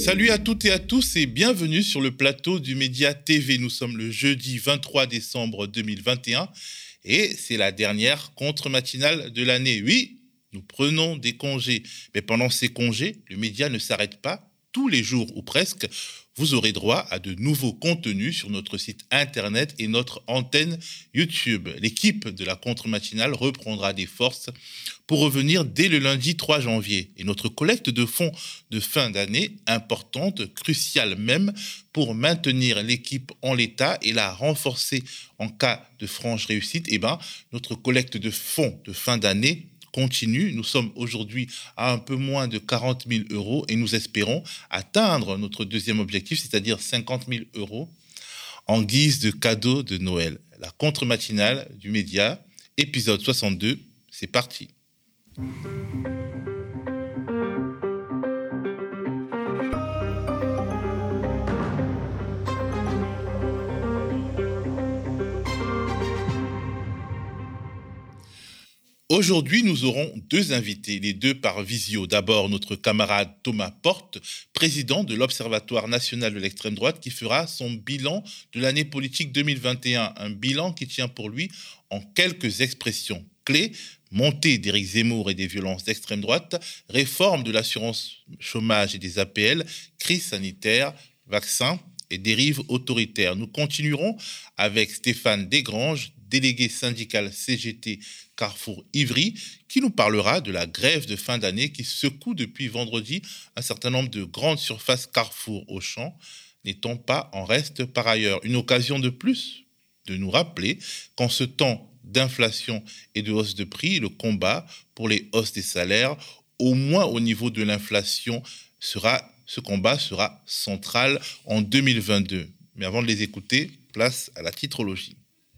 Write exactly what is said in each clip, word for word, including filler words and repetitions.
Salut à toutes et à tous et bienvenue sur le plateau du Média T V. Nous sommes le jeudi vingt-trois décembre deux mille vingt et un et c'est la dernière contre-matinale de l'année. Oui, nous prenons des congés, mais pendant ces congés, le média ne s'arrête pas. Tous les jours ou presque, vous aurez droit à de nouveaux contenus sur notre site internet et notre antenne YouTube. L'équipe de la contre-matinale reprendra des forces pour revenir dès le lundi trois janvier. Et notre collecte de fonds de fin d'année, importante, cruciale même, pour maintenir l'équipe en l'état et la renforcer en cas de franche réussite, eh ben, notre collecte de fonds de fin d'année continue. Nous sommes aujourd'hui à un peu moins de quarante mille euros et nous espérons atteindre notre deuxième objectif, c'est-à-dire cinquante mille euros en guise de cadeau de Noël. La contre-matinale du média, épisode soixante-deux, c'est parti. Aujourd'hui, nous aurons deux invités, les deux par visio. D'abord, notre camarade Thomas Porte, président de l'Observatoire national de l'extrême droite, qui fera son bilan de l'année politique deux mille vingt et un. Un bilan qui tient pour lui en quelques expressions clés: montée d'Éric Zemmour et des violences d'extrême droite, réforme de l'assurance chômage et des A P L, crise sanitaire, vaccins et dérives autoritaires. Nous continuerons avec Stéphane Desgranges, délégué syndical C G T Carrefour Ivry, qui nous parlera de la grève de fin d'année qui secoue depuis vendredi un certain nombre de grandes surfaces Carrefour Auchan, n'étant pas en reste par ailleurs. Une occasion de plus de nous rappeler qu'en ce temps d'inflation et de hausse de prix, le combat pour les hausses des salaires, au moins au niveau de l'inflation, sera, ce combat sera central en deux mille vingt-deux. Mais avant de les écouter, place à la titrologie.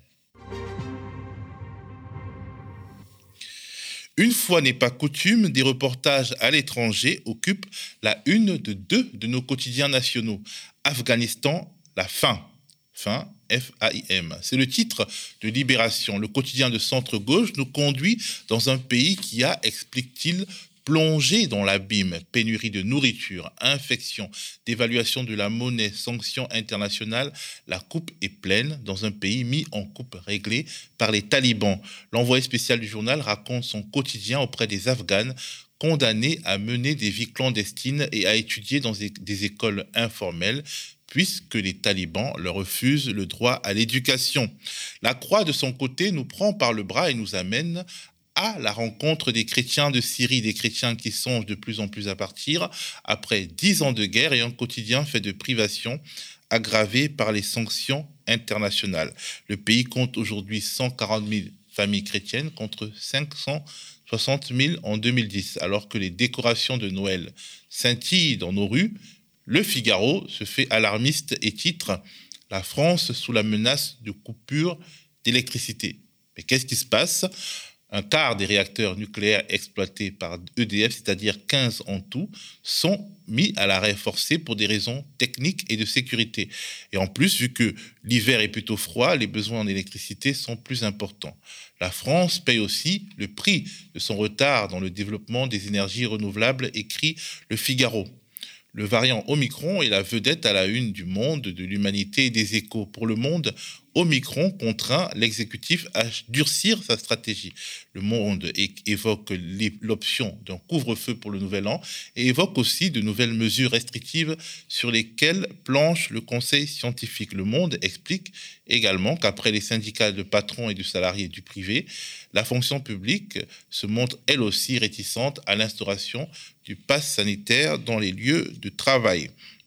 Une fois n'est pas coutume, des reportages à l'étranger occupent la une de deux de nos quotidiens nationaux. Afghanistan, la faim. Faim, F A I M. C'est le titre de Libération. Le quotidien de centre-gauche nous conduit dans un pays qui a, explique-t-il, plongé dans l'abîme. Pénurie de nourriture, infection, dévaluation de la monnaie, sanctions internationales. La coupe est pleine dans un pays mis en coupe réglée par les talibans. L'envoyé spécial du journal raconte son quotidien auprès des Afghanes condamnés à mener des vies clandestines et à étudier dans des écoles informelles, puisque les talibans leur refusent le droit à l'éducation. La Croix, de son côté, nous prend par le bras et nous amène à la rencontre des chrétiens de Syrie, des chrétiens qui songent de plus en plus à partir après dix ans de guerre et un quotidien fait de privations aggravé par les sanctions internationales. Le pays compte aujourd'hui cent quarante mille familles chrétiennes contre cinq cent soixante mille en deux mille dix. Alors que les décorations de Noël scintillent dans nos rues, Le Figaro se fait alarmiste et titre « La France sous la menace de coupure d'électricité ». Mais qu'est-ce qui se passe ? Un quart des réacteurs nucléaires exploités par E D F, c'est-à-dire quinze en tout, sont mis à l'arrêt forcé pour des raisons techniques et de sécurité. Et en plus, vu que l'hiver est plutôt froid, les besoins en électricité sont plus importants. La France paye aussi le prix de son retard dans le développement des énergies renouvelables, écrit Le Figaro. Le variant Omicron est la vedette à la une du Monde, de l'Humanité et des Échos. Pour Le Monde, Omicron contraint l'exécutif à durcir sa stratégie. Le Monde évoque l'option d'un couvre-feu pour le nouvel an et évoque aussi de nouvelles mesures restrictives sur lesquelles planche le Conseil scientifique. Le Monde explique également qu'après les syndicats de patrons et de salariés du privé, la fonction publique se montre elle aussi réticente à l'instauration du pass sanitaire dans les lieux de travail.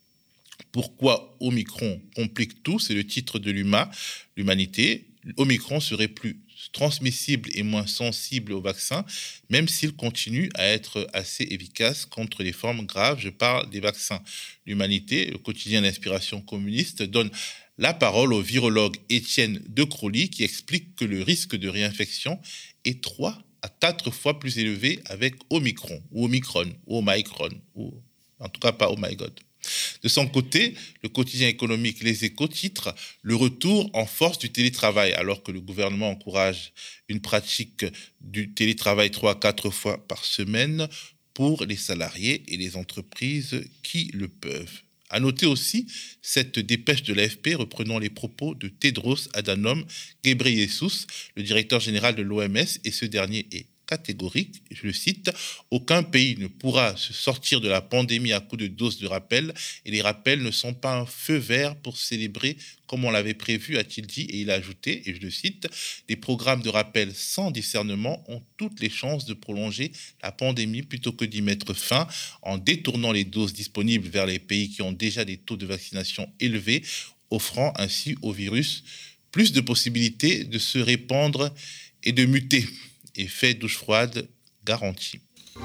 Pourquoi Omicron complique tout ? C'est le titre de l'U M A, l'Humanité. Omicron serait plus transmissible et moins sensible au vaccin, même s'il continue à être assez efficace contre les formes graves. Je parle des vaccins. L'Humanité, le quotidien d'inspiration communiste, donne la parole au virologue Étienne De Crowley qui explique que le risque de réinfection est trois à quatre fois plus élevé avec Omicron, ou Omicron, ou Omicron, ou en tout cas pas Oh my God. De son côté, le quotidien économique Les Échos titre « Le retour en force du télétravail » alors que le gouvernement encourage une pratique du télétravail trois à quatre fois par semaine. pour les salariés et les entreprises qui le peuvent. À noter aussi cette dépêche de l'A F P reprenant les propos de Tedros Adhanom Ghebreyesus, le directeur général de l'O M S, et ce dernier est catégorique, je le cite, « Aucun pays ne pourra se sortir de la pandémie à coup de doses de rappel et les rappels ne sont pas un feu vert pour célébrer comme on l'avait prévu », a-t-il dit, et il a ajouté, et je le cite, « Des programmes de rappel sans discernement ont toutes les chances de prolonger la pandémie plutôt que d'y mettre fin en détournant les doses disponibles vers les pays qui ont déjà des taux de vaccination élevés, offrant ainsi au virus plus de possibilités de se répandre et de muter. » Effet douche froide garanti.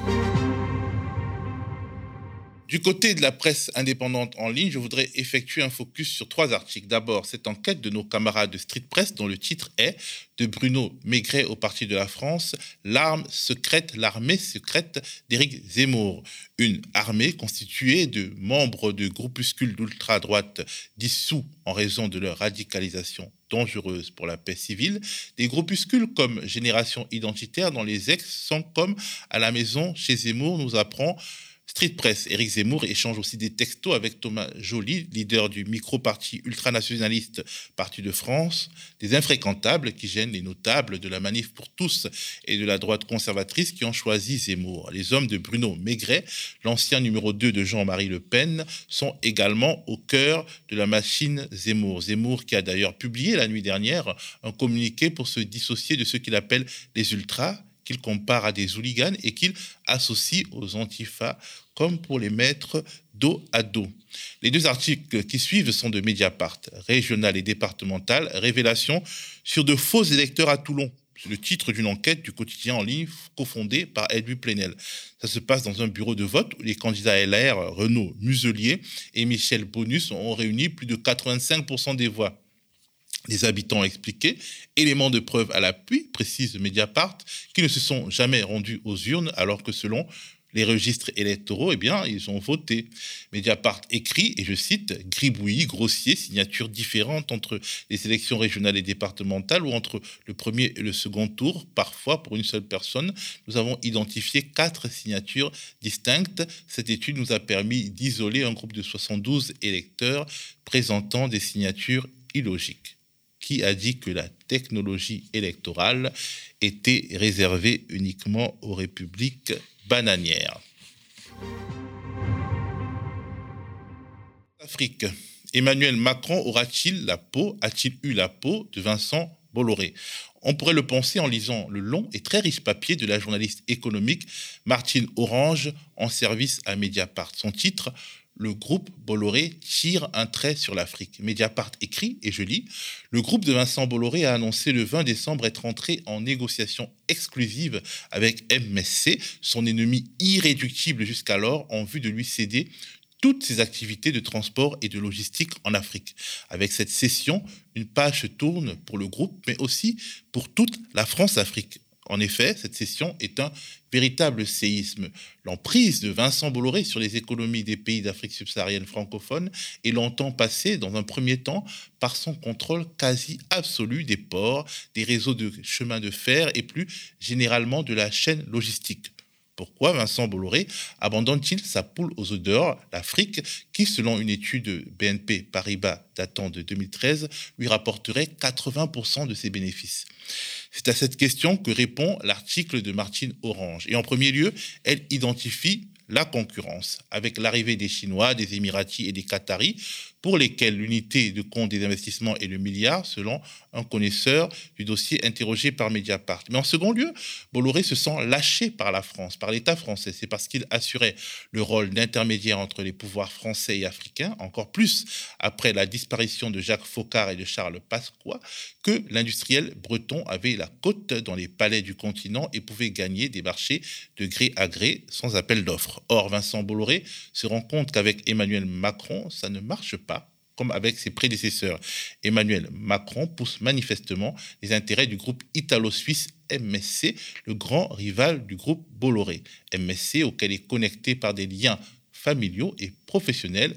Du côté de la presse indépendante en ligne, je voudrais effectuer un focus sur trois articles. D'abord, cette enquête de nos camarades de Street Press, dont le titre est « De Bruno Maigret au Parti de la France, l'arme secrète, l'armée secrète d'Éric Zemmour ». Une armée constituée de membres de groupuscules d'ultra-droite dissous en raison de leur radicalisation dangereuse pour la paix civile, des groupuscules comme Génération Identitaire dont les ex sont comme à la maison chez Zemmour, nous apprend Street Press. Éric Zemmour échange aussi des textos avec Thomas Joly, leader du micro-parti ultranationaliste Parti de France, des infréquentables qui gênent les notables de la Manif pour tous et de la droite conservatrice qui ont choisi Zemmour. Les hommes de Bruno Maigret, l'ancien numéro deux de Jean-Marie Le Pen, sont également au cœur de la machine Zemmour. Zemmour qui a d'ailleurs publié la nuit dernière un communiqué pour se dissocier de ce qu'il appelle les ultras, qu'il compare à des hooligans et qu'il associe aux antifas comme pour les mettre dos à dos. Les deux articles qui suivent sont de Mediapart, régional et départemental, révélation sur de faux électeurs à Toulon. C'est le titre d'une enquête du quotidien en ligne cofondé par Edwy Plenel. Ça se passe dans un bureau de vote où les candidats L R, Renaud Muselier et Michel Bonus ont réuni plus de quatre-vingt-cinq pour cent des voix. Les habitants ont expliqué, éléments de preuve à l'appui, précise Mediapart, qui ne se sont jamais rendus aux urnes alors que selon les registres électoraux, eh bien, ils ont voté. Mediapart écrit, et je cite, « Gribouillis, grossier, signatures différentes entre les élections régionales et départementales ou entre le premier et le second tour, parfois pour une seule personne. Nous avons identifié quatre signatures distinctes. Cette étude nous a permis d'isoler un groupe de soixante-douze électeurs présentant des signatures illogiques. » Qui a dit que la technologie électorale était réservée uniquement aux républiques bananières. Afrique. Emmanuel Macron aura-t-il la peau, a-t-il eu la peau de Vincent Bolloré? On pourrait le penser en lisant le long et très riche papier de la journaliste économique Martine Orange en service à Mediapart. Son titre, le groupe Bolloré tire un trait sur l'Afrique. Mediapart écrit, et je lis, « Le groupe de Vincent Bolloré a annoncé le vingt décembre être entré en négociation exclusive avec M S C, son ennemi irréductible jusqu'alors, en vue de lui céder toutes ses activités de transport et de logistique en Afrique. Avec cette cession, une page se tourne pour le groupe, mais aussi pour toute la France-Afrique. En effet, cette cession est un véritable séisme. L'emprise de Vincent Bolloré sur les économies des pays d'Afrique subsaharienne francophone est longtemps passée, dans un premier temps, par son contrôle quasi absolu des ports, des réseaux de chemins de fer et plus généralement de la chaîne logistique. Pourquoi Vincent Bolloré abandonne-t-il sa poule aux œufs d'or, l'Afrique, qui, selon une étude de B N P Paribas datant de deux mille treize, lui rapporterait quatre-vingts pour cent de ses bénéfices? C'est à cette question que répond l'article de Martine Orange. Et en premier lieu, elle identifie la concurrence, avec l'arrivée des Chinois, des Émiratis et des Qataris, pour lesquels l'unité de compte des investissements est le milliard, selon un connaisseur du dossier interrogé par Mediapart. Mais en second lieu, Bolloré se sent lâché par la France, par l'État français. C'est parce qu'il assurait le rôle d'intermédiaire entre les pouvoirs français et africains, encore plus après la disparition de Jacques Foccart et de Charles Pasqua, que l'industriel breton avait la cote dans les palais du continent et pouvait gagner des marchés de gré à gré sans appel d'offres. Or, Vincent Bolloré se rend compte qu'avec Emmanuel Macron, ça ne marche pas, comme avec ses prédécesseurs. Emmanuel Macron pousse manifestement les intérêts du groupe italo-suisse M S C, le grand rival du groupe Bolloré. M S C, auquel est connecté par des liens familiaux et professionnels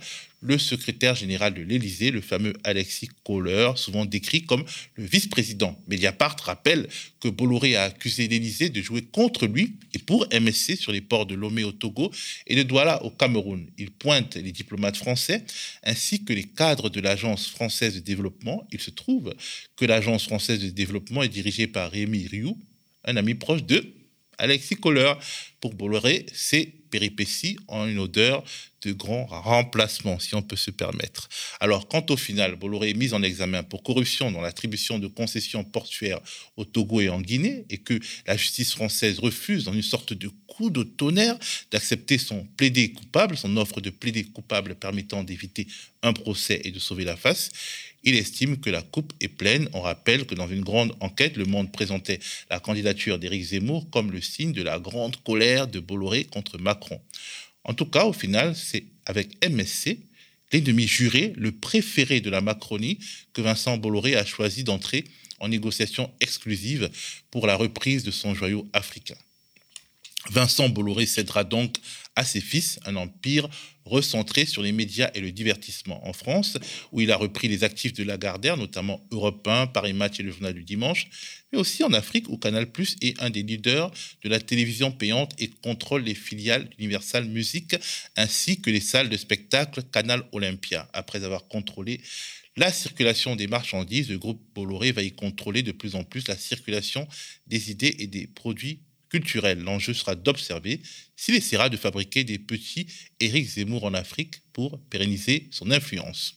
le secrétaire général de l'Élysée, le fameux Alexis Kohler, souvent décrit comme le vice-président. Mediapart rappelle que Bolloré a accusé l'Élysée de jouer contre lui et pour M S C sur les ports de Lomé au Togo et de Douala au Cameroun. Il pointe les diplomates français ainsi que les cadres de l'Agence française de développement. Il se trouve que l'Agence française de développement est dirigée par Rémi Rioux, un ami proche de Alexis Kohler. Pour Bolloré, ces péripéties ont une odeur de grand remplacement, si on peut se permettre. Alors, quand au final, Bolloré est mis en examen pour corruption dans l'attribution de concessions portuaires au Togo et en Guinée, et que la justice française refuse, dans une sorte de coup de tonnerre, d'accepter son plaidé coupable, son offre de plaidé coupable permettant d'éviter un procès et de sauver la face, il estime que la coupe est pleine. On rappelle que dans une grande enquête, Le Monde présentait la candidature d'Éric Zemmour comme le signe de la grande colère de Bolloré contre Macron. En tout cas, au final, c'est avec M S C, l'ennemi juré, le préféré de la Macronie, que Vincent Bolloré a choisi d'entrer en négociation exclusive pour la reprise de son joyau africain. Vincent Bolloré cédera donc à ses fils un empire recentré sur les médias et le divertissement en France, où il a repris les actifs de Lagardère, notamment Europe un, Paris Match et le Journal du Dimanche, mais aussi en Afrique, où Canal+ est un des leaders de la télévision payante et contrôle les filiales d'Universal Music, ainsi que les salles de spectacle Canal Olympia. Après avoir contrôlé la circulation des marchandises, le groupe Bolloré va y contrôler de plus en plus la circulation des idées et des produits culturel. L'enjeu sera d'observer s'il essaiera de fabriquer des petits Éric Zemmour en Afrique pour pérenniser son influence.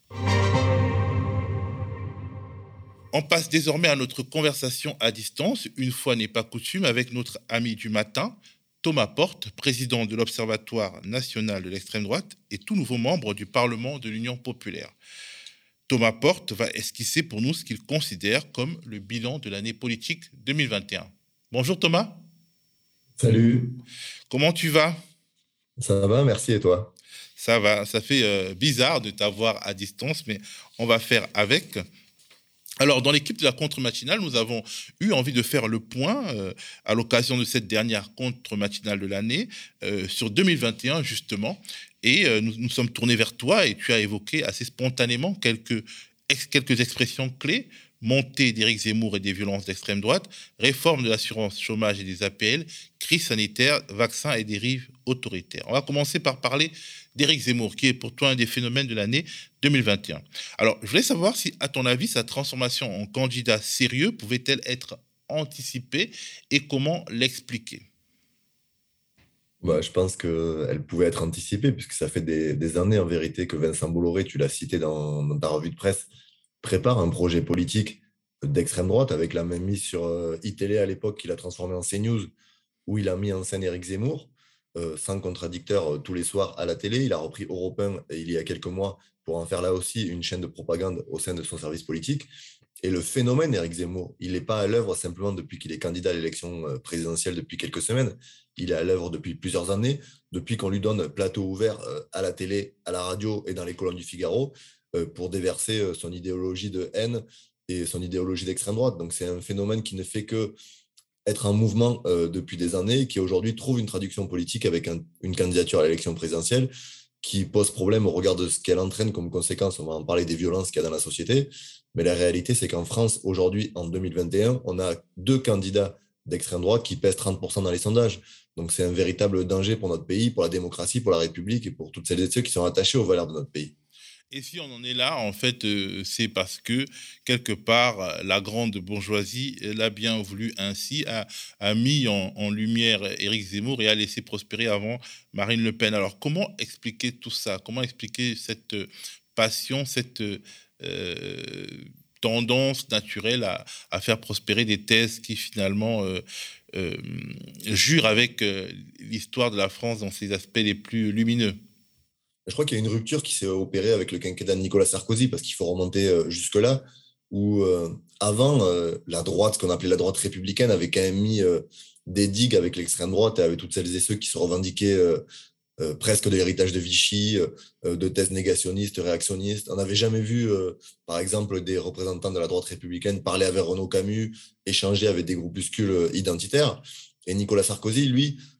On passe désormais à notre conversation à distance, une fois n'est pas coutume, avec notre ami du matin, Thomas Porte, président de l'Observatoire national de l'extrême droite et tout nouveau membre du Parlement de l'Union populaire. Thomas Porte va esquisser pour nous ce qu'il considère comme le bilan de l'année politique deux mille vingt et un. Bonjour Thomas. Salut. Comment tu vas? Ça va, merci, et toi? Ça va, ça fait euh, bizarre de t'avoir à distance, mais on va faire avec. Alors, dans l'équipe de la contre-matinale, nous avons eu envie de faire le point euh, à l'occasion de cette dernière contre-matinale de l'année euh, sur deux mille vingt et un, justement. Et euh, nous nous sommes tournés vers toi et tu as évoqué assez spontanément quelques, ex- quelques expressions clés: montée d'Éric Zemmour et des violences d'extrême droite, réforme de l'assurance chômage et des A P L, crise sanitaire, vaccins et dérives autoritaires. On va commencer par parler d'Éric Zemmour, qui est pour toi un des phénomènes de l'année deux mille vingt et un. Alors, je voulais savoir si, à ton avis, sa transformation en candidat sérieux pouvait-elle être anticipée et comment l'expliquer? Bah, je pense qu'elle pouvait être anticipée, puisque ça fait des, des années, en vérité, que Vincent Bolloré, tu l'as cité dans, dans ta revue de presse, prépare un projet politique d'extrême droite, avec la même mise sur euh, iTélé à l'époque, qu'il a transformé en CNews, où il a mis en scène Éric Zemmour, euh, sans contradicteur, euh, tous les soirs à la télé. Il a repris Europe un, et il y a quelques mois, pour en faire là aussi une chaîne de propagande au sein de son service politique. Et le phénomène Éric Zemmour, il n'est pas à l'œuvre simplement depuis qu'il est candidat à l'élection euh, présidentielle depuis quelques semaines. Il est à l'œuvre depuis plusieurs années, depuis qu'on lui donne plateau ouvert euh, à la télé, à la radio et dans les colonnes du Figaro, euh, pour déverser euh, son idéologie de haine et son idéologie d'extrême droite. Donc c'est un phénomène qui ne fait que être un mouvement euh, depuis des années, qui aujourd'hui trouve une traduction politique avec un- une candidature à l'élection présidentielle, qui pose problème au regard de ce qu'elle entraîne comme conséquence. On va en parler des violences qu'il y a dans la société, mais la réalité, c'est qu'en France, aujourd'hui, en deux mille vingt et un, on a deux candidats d'extrême droite qui pèsent trente pour cent dans les sondages. Donc c'est un véritable danger pour notre pays, pour la démocratie, pour la République et pour toutes celles et ceux qui sont attachés aux valeurs de notre pays. Et si on en est là, en fait, euh, c'est parce que, quelque part, euh, la grande bourgeoisie euh, l'a bien voulu ainsi, a, a mis en, en lumière Éric Zemmour et a laissé prospérer avant Marine Le Pen. Alors, comment expliquer tout ça? Comment expliquer cette euh, passion, cette euh, tendance naturelle à, à faire prospérer des thèses qui, finalement, euh, euh, jurent avec euh, l'histoire de la France dans ses aspects les plus lumineux? Je crois qu'il y a une rupture qui s'est opérée avec le quinquennat de Nicolas Sarkozy, parce qu'il faut remonter euh, jusque-là, où euh, avant, euh, la droite, ce qu'on appelait la droite républicaine, avait quand même mis euh, des digues avec l'extrême droite et avec toutes celles et ceux qui se revendiquaient euh, euh, presque de l'héritage de Vichy, euh, de thèses négationnistes, réactionnistes. On n'avait jamais vu, euh, par exemple, des représentants de la droite républicaine parler avec Renaud Camus, échanger avec des groupuscules euh, identitaires. Et Nicolas Sarkozy, lui,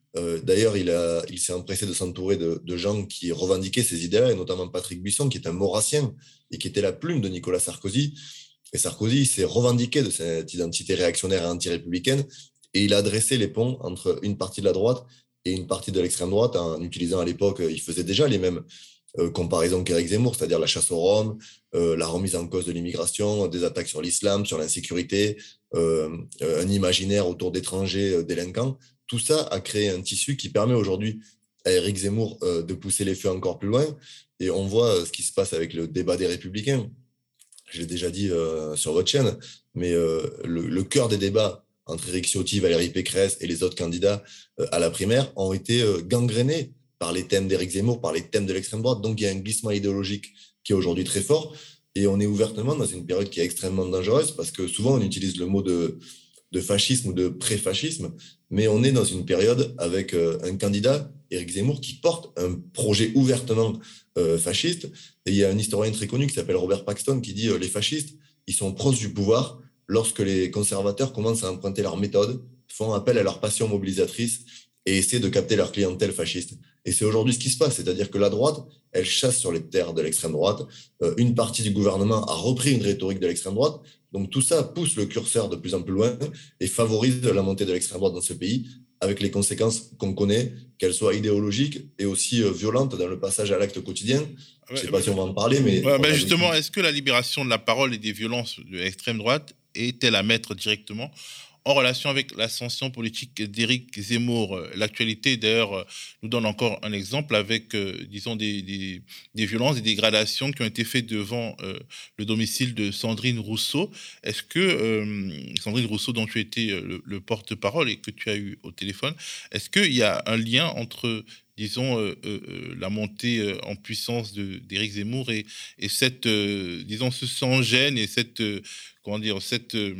Euh, d'ailleurs, il, a, il s'est empressé de s'entourer de, de gens qui revendiquaient ces idées-là, et notamment Patrick Buisson, qui est un maurassien et qui était la plume de Nicolas Sarkozy. Et Sarkozy s'est revendiqué de cette identité réactionnaire et anti-républicaine, et il a dressé les ponts entre une partie de la droite et une partie de l'extrême droite en utilisant à l'époque, il faisait déjà les mêmes euh, comparaisons qu'Éric Zemmour, c'est-à-dire la chasse aux Roms, euh, la remise en cause de l'immigration, des attaques sur l'islam, sur l'insécurité, euh, un imaginaire autour d'étrangers euh, délinquants. Tout ça a créé un tissu qui permet aujourd'hui à Éric Zemmour euh, de pousser les feux encore plus loin. Et on voit euh, ce qui se passe avec le débat des Républicains. Je l'ai déjà dit euh, sur votre chaîne, mais euh, le, le cœur des débats entre Éric Ciotti, Valérie Pécresse et les autres candidats euh, à la primaire ont été euh, gangrénés par les thèmes d'Éric Zemmour, par les thèmes de l'extrême droite. Donc il y a un glissement idéologique qui est aujourd'hui très fort. Et on est ouvertement dans une période qui est extrêmement dangereuse parce que souvent on utilise le mot de, de fascisme ou de pré-fascisme, mais on est dans une période avec euh, un candidat, Éric Zemmour, qui porte un projet ouvertement euh, fasciste. Et il y a un historien très connu qui s'appelle Robert Paxton qui dit euh, les fascistes, ils sont proches du pouvoir lorsque les conservateurs commencent à emprunter leurs méthodes, font appel à leur passion mobilisatrice et essaient de capter leur clientèle fasciste. Et c'est aujourd'hui ce qui se passe, c'est-à-dire que la droite, elle chasse sur les terres de l'extrême droite. Euh, une partie du gouvernement a repris une rhétorique de l'extrême droite. Donc tout ça pousse le curseur de plus en plus loin et favorise la montée de l'extrême droite dans ce pays, avec les conséquences qu'on connaît, qu'elles soient idéologiques et aussi euh, violentes dans le passage à l'acte quotidien. Je ne sais pas si on va en parler, mais... Ouais, ben justement, est-ce que la libération de la parole et des violences de l'extrême droite est-elle à mettre directement en relation avec l'ascension politique d'Éric Zemmour? L'actualité, d'ailleurs, nous donne encore un exemple avec, euh, disons, des, des, des violences, des dégradations qui ont été faites devant euh, le domicile de Sandrine Rousseau. Est-ce que, euh, Sandrine Rousseau, dont tu étais le, le porte-parole et que tu as eu au téléphone, est-ce qu'il y a un lien entre, disons, euh, euh, la montée euh, en puissance d'Éric Zemmour et, et cette, euh, disons, ce sans-gêne et cette, euh, comment dire, cette... Euh,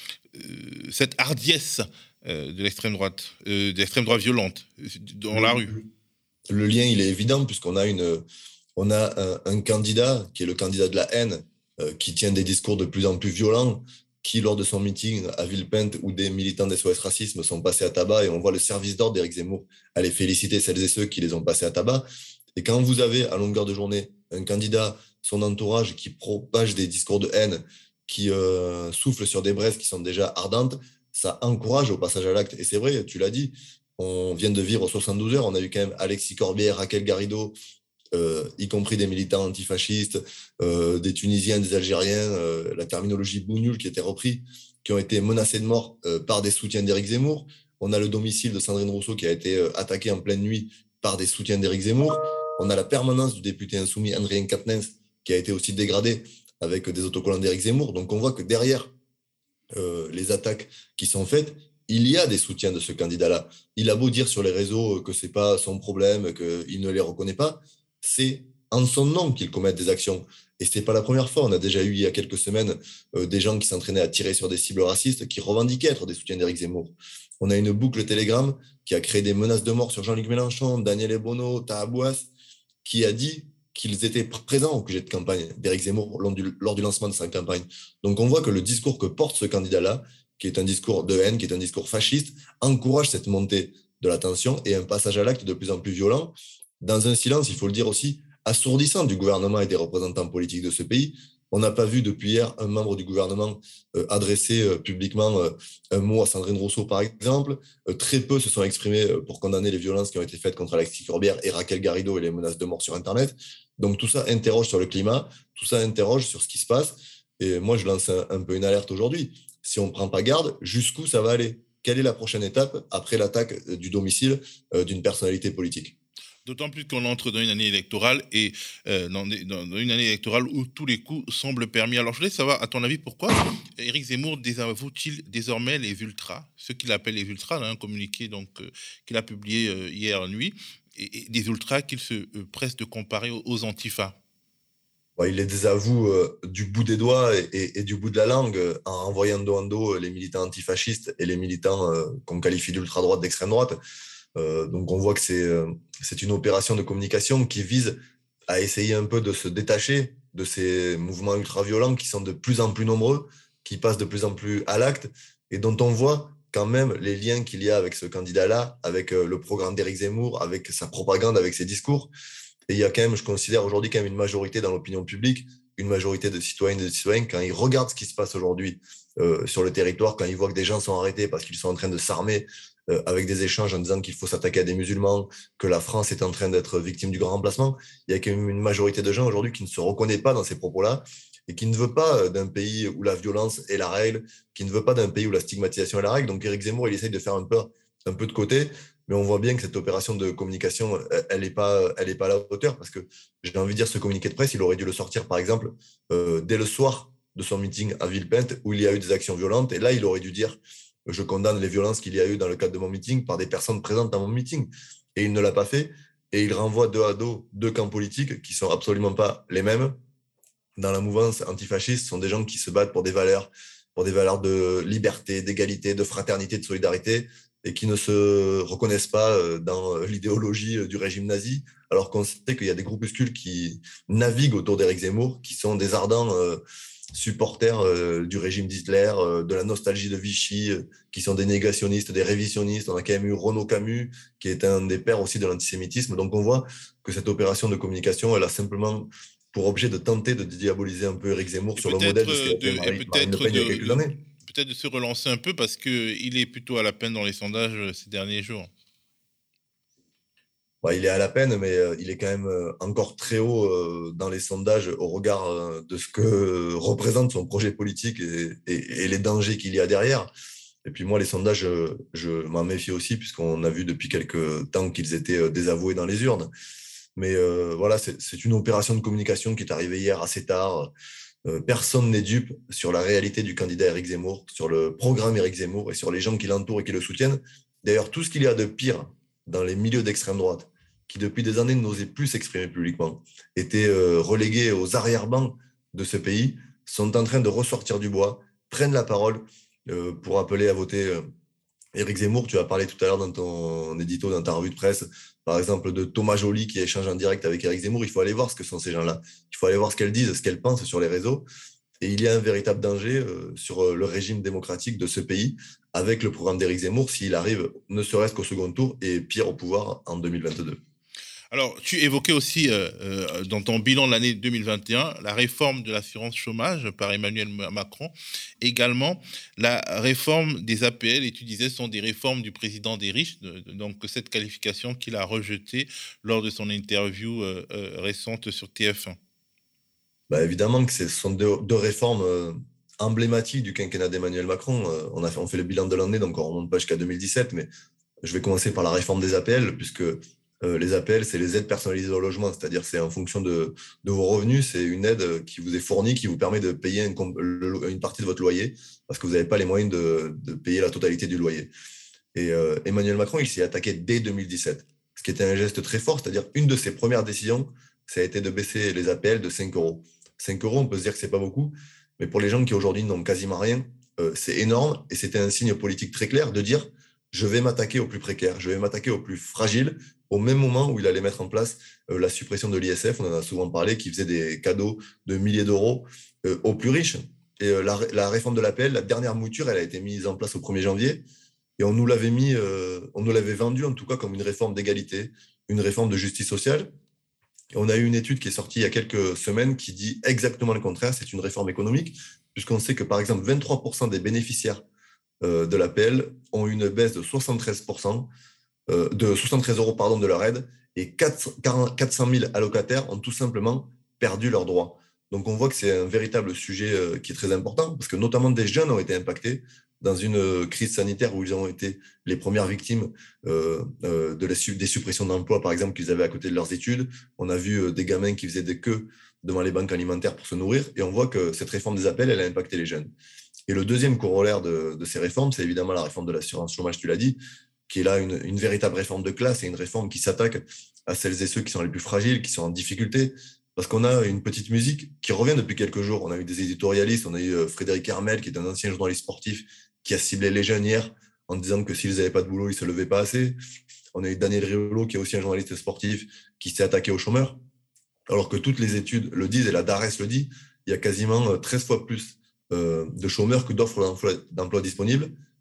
Euh, cette hardiesse euh, de l'extrême droite, euh, de l'extrême droite violente dans le, la rue? le lien, il est évident, puisqu'on a, une, on a un, un candidat qui est le candidat de la haine, euh, qui tient des discours de plus en plus violents, qui, lors de son meeting à Villepinte, où des militants d'S O S Racisme sont passés à tabac, et on voit le service d'ordre d'Éric Zemmour aller féliciter celles et ceux qui les ont passés à tabac. Et quand vous avez, à longueur de journée, un candidat, son entourage, qui propage des discours de haine, qui euh, souffle sur des braises qui sont déjà ardentes, ça encourage au passage à l'acte. Et c'est vrai, tu l'as dit, on vient de vivre soixante-douze heures, on a eu quand même Alexis Corbière, Raquel Garrido, euh, y compris des militants antifascistes, euh, des Tunisiens, des Algériens, euh, la terminologie bougnoule qui était reprise, qui ont été menacés de mort euh, par des soutiens d'Éric Zemmour. On a le domicile de Sandrine Rousseau qui a été euh, attaqué en pleine nuit par des soutiens d'Éric Zemmour. On a la permanence du député insoumis Adrien Quatennens qui a été aussi dégradée avec des autocollants d'Éric Zemmour. Donc on voit que derrière euh, les attaques qui sont faites, il y a des soutiens de ce candidat-là. Il a beau dire sur les réseaux que ce n'est pas son problème, qu'il ne les reconnaît pas, c'est en son nom qu'il commet des actions. Et ce n'est pas la première fois. On a déjà eu il y a quelques semaines euh, des gens qui s'entraînaient à tirer sur des cibles racistes qui revendiquaient être des soutiens d'Éric Zemmour. On a une boucle Telegram qui a créé des menaces de mort sur Jean-Luc Mélenchon, Daniel Ebono, Taha Bouas, qui a dit qu'ils étaient présents au Q G de campagne d'Éric Zemmour lors du, lors du lancement de sa campagne. Donc on voit que le discours que porte ce candidat-là, qui est un discours de haine, qui est un discours fasciste, encourage cette montée de la tension et un passage à l'acte de plus en plus violent, dans un silence, il faut le dire aussi, assourdissant du gouvernement et des représentants politiques de ce pays. On n'a pas vu depuis hier un membre du gouvernement euh, adresser euh, publiquement euh, un mot à Sandrine Rousseau, par exemple. Euh, très peu se sont exprimés euh, pour condamner les violences qui ont été faites contre Alexis Corbière et Raquel Garrido et les menaces de mort sur Internet. Donc tout ça interroge sur le climat, tout ça interroge sur ce qui se passe. Et moi, je lance un, un peu une alerte aujourd'hui. Si on ne prend pas garde, jusqu'où ça va aller? Quelle est la prochaine étape après l'attaque du domicile euh, d'une personnalité politique? D'autant plus qu'on entre dans une année électorale et euh, dans, des, dans, dans une année électorale où tous les coups semblent permis. Alors je voulais savoir, à ton avis, pourquoi Éric Zemmour désavoue-t-il désormais les ultras, ceux qu'il appelle les ultras, là, un communiqué donc, euh, qu'il a publié euh, hier nuit, et, et des ultras qu'il se euh, presse de comparer aux, aux antifas? Bon, il les désavoue euh, du bout des doigts et, et, et du bout de la langue euh, en envoyant dos en dos les militants antifascistes et les militants euh, qu'on qualifie d'ultra-droite, d'extrême droite. Euh, donc on voit que c'est, euh, c'est une opération de communication qui vise à essayer un peu de se détacher de ces mouvements ultra-violents qui sont de plus en plus nombreux, qui passent de plus en plus à l'acte et dont on voit quand même les liens qu'il y a avec ce candidat-là, avec euh, le programme d'Éric Zemmour, avec sa propagande, avec ses discours. Et il y a quand même, je considère aujourd'hui quand même une majorité dans l'opinion publique, une majorité de citoyennes et de citoyens, quand ils regardent ce qui se passe aujourd'hui euh, sur le territoire, quand ils voient que des gens sont arrêtés parce qu'ils sont en train de s'armer euh, avec des échanges en disant qu'il faut s'attaquer à des musulmans, que la France est en train d'être victime du grand remplacement, il y a quand même une majorité de gens aujourd'hui qui ne se reconnaissent pas dans ces propos-là et qui ne veut pas d'un pays où la violence est la règle, qui ne veut pas d'un pays où la stigmatisation est la règle. Donc Éric Zemmour, il essaye de faire un peu, un peu de côté. Mais on voit bien que cette opération de communication, elle n'est pas, elle est pas à la hauteur parce que j'ai envie de dire, ce communiqué de presse, il aurait dû le sortir, par exemple, euh, dès le soir de son meeting à Villepinte où il y a eu des actions violentes. Et là, il aurait dû dire, je condamne les violences qu'il y a eu dans le cadre de mon meeting par des personnes présentes dans mon meeting. Et il ne l'a pas fait. Et il renvoie dos à dos deux camps politiques qui ne sont absolument pas les mêmes. Dans la mouvance antifasciste, ce sont des gens qui se battent pour des valeurs, pour des valeurs de liberté, d'égalité, de fraternité, de solidarité, et qui ne se reconnaissent pas dans l'idéologie du régime nazi, alors qu'on sait qu'il y a des groupuscules qui naviguent autour d'Éric Zemmour, qui sont des ardents euh, supporters euh, du régime d'Hitler, euh, de la nostalgie de Vichy, euh, qui sont des négationnistes, des révisionnistes. On a quand même eu Renaud Camus, qui est un des pères aussi de l'antisémitisme. Donc on voit que cette opération de communication, elle a simplement pour objet de tenter de diaboliser un peu Éric Zemmour Et sur le modèle de ce qu'a fait de, et Marine, Marine Le peut-être Pen il y a de, quelques de, années. peut-être de se relancer un peu parce qu'il est plutôt à la peine dans les sondages ces derniers jours. Ouais, il est à la peine, mais euh, il est quand même euh, encore très haut euh, dans les sondages au regard euh, de ce que représente son projet politique et, et, et les dangers qu'il y a derrière. Et puis moi, les sondages, je, je m'en méfie aussi, puisqu'on a vu depuis quelques temps qu'ils étaient euh, désavoués dans les urnes. Mais euh, voilà, c'est, c'est une opération de communication qui est arrivée hier assez tard. Euh, personne n'est dupe sur la réalité du candidat Éric Zemmour, sur le programme Éric Zemmour et sur les gens qui l'entourent et qui le soutiennent. D'ailleurs, tout ce qu'il y a de pire dans les milieux d'extrême droite, qui depuis des années n'osaient plus s'exprimer publiquement, étaient euh, relégués aux arrière-bancs de ce pays, sont en train de ressortir du bois, prennent la parole euh, pour appeler à voter euh, Éric Zemmour. Tu as parlé tout à l'heure dans ton édito, dans ta revue de presse, par exemple, de Thomas Joly qui échange en direct avec Éric Zemmour. Il faut aller voir ce que sont ces gens-là. Il faut aller voir ce qu'elles disent, ce qu'elles pensent sur les réseaux. Et il y a un véritable danger euh, sur euh, le régime démocratique de ce pays avec le programme d'Éric Zemmour s'il arrive ne serait-ce qu'au second tour et pire au pouvoir en deux mille vingt-deux. Alors, tu évoquais aussi euh, euh, dans ton bilan de l'année deux mille vingt et un la réforme de l'assurance chômage par Emmanuel Macron, également la réforme des A P L, et tu disais ce sont des réformes du président des riches, de, de, donc cette qualification qu'il a rejetée lors de son interview euh, euh, récente sur T F un. Bah, évidemment que ce sont deux, deux réformes euh, emblématiques du quinquennat d'Emmanuel Macron. Euh, on, a fait, on fait le bilan de l'année, donc on ne remonte pas jusqu'à deux mille dix-sept, mais je vais commencer par la réforme des A P L, puisque Euh, les A P L, c'est les aides personnalisées au logement, c'est-à-dire c'est en fonction de, de vos revenus, c'est une aide qui vous est fournie, qui vous permet de payer une, une partie de votre loyer, parce que vous n'avez pas les moyens de, de payer la totalité du loyer. Et euh, Emmanuel Macron, il s'y est attaqué dès deux mille dix-sept, ce qui était un geste très fort, c'est-à-dire une de ses premières décisions, ça a été de baisser les A P L de cinq euros. cinq euros, on peut se dire que ce n'est pas beaucoup, mais pour les gens qui aujourd'hui n'ont quasiment rien, euh, c'est énorme, et c'était un signe politique très clair de dire je vais m'attaquer aux plus précaires, je vais m'attaquer aux plus fragiles, au même moment où il allait mettre en place euh, la suppression de l'I S F, on en a souvent parlé, qui faisait des cadeaux de milliers d'euros euh, aux plus riches. Et euh, la, la réforme de l'A P L, la dernière mouture, elle a été mise en place au premier janvier, et on nous l'avait mis, euh, on nous l'avait vendu en tout cas comme une réforme d'égalité, une réforme de justice sociale. Et on a eu une étude qui est sortie il y a quelques semaines qui dit exactement le contraire, c'est une réforme économique, puisqu'on sait que par exemple vingt-trois pour cent des bénéficiaires euh, de l'A P L ont une baisse de soixante-treize pour cent euh, de soixante-treize euros pardon, de leur aide, et quatre cent mille allocataires ont tout simplement perdu leurs droits. Donc on voit que c'est un véritable sujet euh, qui est très important, parce que notamment des jeunes ont été impactés dans une euh, crise sanitaire où ils ont été les premières victimes euh, euh, de la, des suppressions d'emplois, par exemple, qu'ils avaient à côté de leurs études. On a vu euh, des gamins qui faisaient des queues devant les banques alimentaires pour se nourrir, et on voit que cette réforme des A P L, elle a impacté les jeunes. Et le deuxième corollaire de, de ces réformes, c'est évidemment la réforme de l'assurance chômage, tu l'as dit, qui est là une, une véritable réforme de classe et une réforme qui s'attaque à celles et ceux qui sont les plus fragiles, qui sont en difficulté. Parce qu'on a une petite musique qui revient depuis quelques jours. On a eu des éditorialistes, on a eu Frédéric Hermel, qui est un ancien journaliste sportif, qui a ciblé les jeunes hier en disant que s'ils n'avaient pas de boulot, ils ne se levaient pas assez. On a eu Daniel Riolo, qui est aussi un journaliste sportif, qui s'est attaqué aux chômeurs. Alors que toutes les études le disent, et la DARES le dit, il y a quasiment treize fois plus euh, de chômeurs que d'offres d'emploi, d'emploi disponibles.